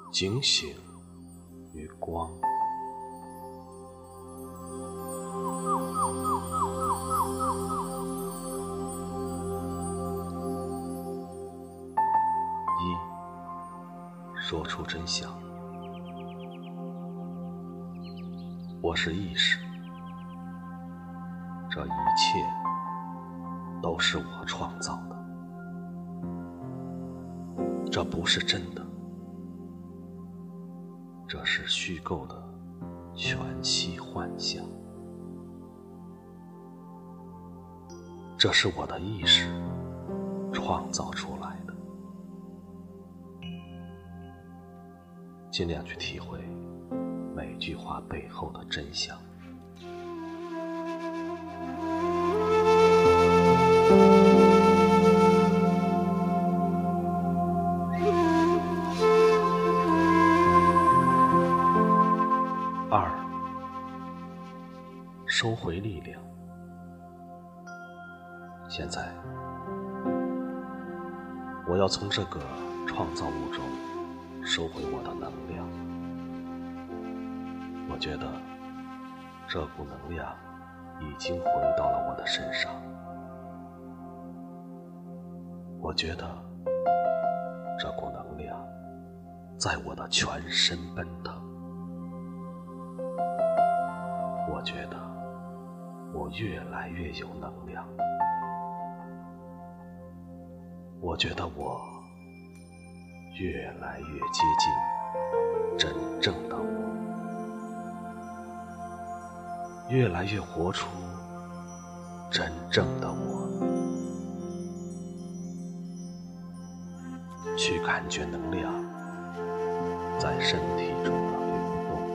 警醒与光。一，说出真相。我是意识，这一切都是我创造的，这不是真的，这是虚构的全息幻象。这是我的意识创造出来的，尽量去体会每句话背后的真相。二，收回力量。现在，我要从这个创造物中收回我的能量。我觉得这股能量已经回到了我的身上。我觉得这股能量在我的全身奔腾。我觉得我越来越有能量。我觉得我越来越接近真正的我，越来越活出真正的我，去感觉能量在身体中的流动。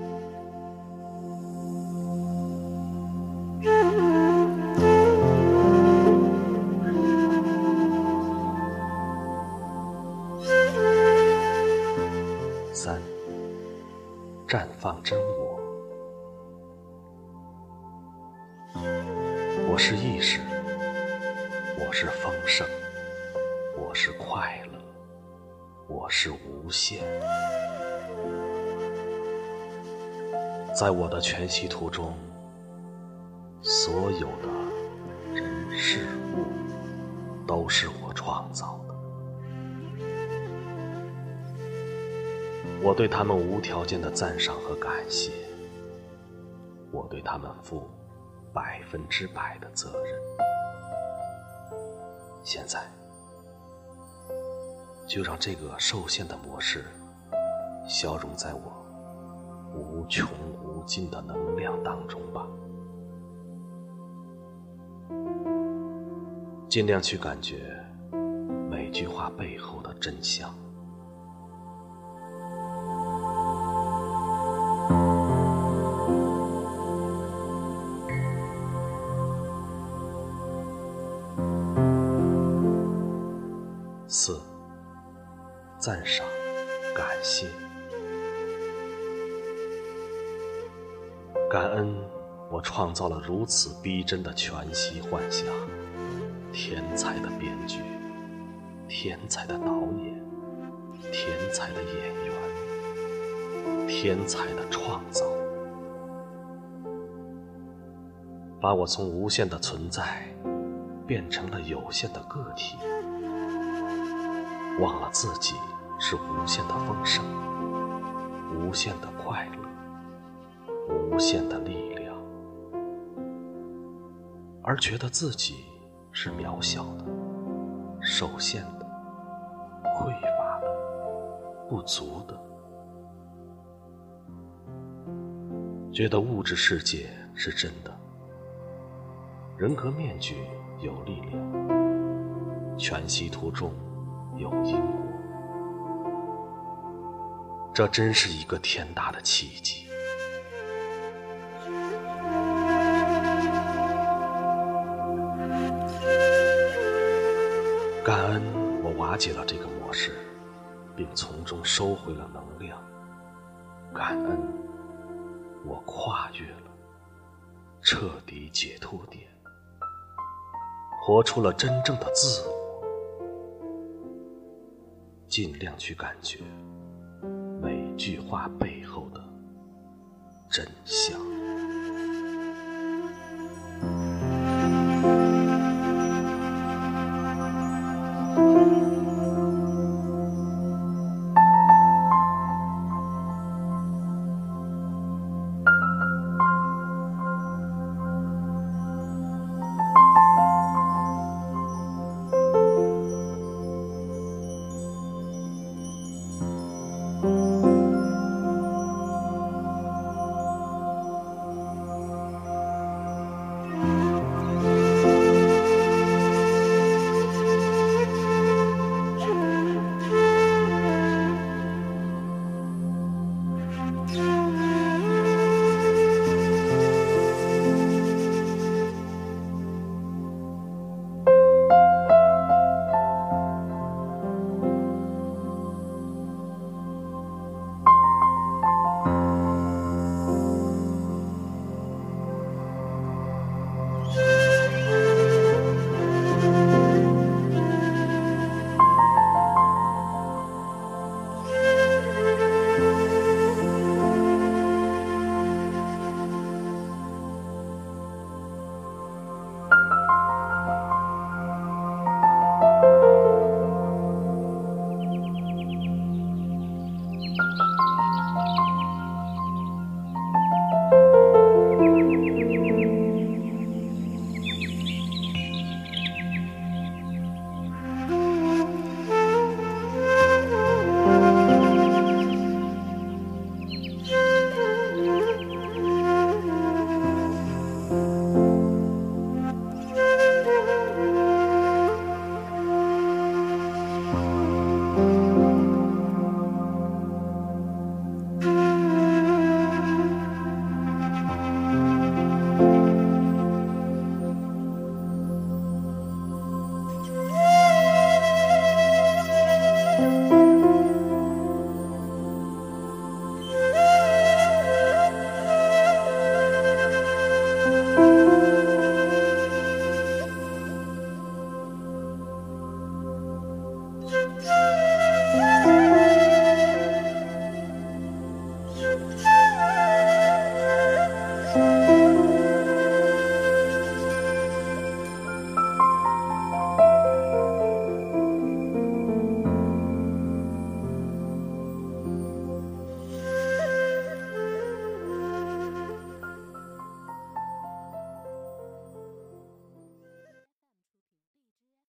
三，绽放真我。我是意识，我是丰盛，我是快乐，我是无限。在我的全息图中，所有的人事物都是我创造的。我对他们无条件的赞赏和感谢，我对他们负100%的责任。现在，就让这个受限的模式消融在我无穷无尽的能量当中吧。尽量去感觉每句话背后的真相。四，赞赏，感谢，感恩我创造了如此逼真的全息幻想，天才的编剧，天才的导演，天才的演员，天才的创造，把我从无限的存在变成了有限的个体，忘了自己是无限的丰盛，无限的快乐，无限的力量，而觉得自己是渺小的，受限的，匮乏的，不足的，觉得物质世界是真的，人格面具有力量，全息图中有因果，这真是一个天大的奇迹。感恩我瓦解了这个模式，并从中收回了能量。感恩我跨越了，彻底解脱点，活出了真正的自我。尽量去感觉句话背后的真相。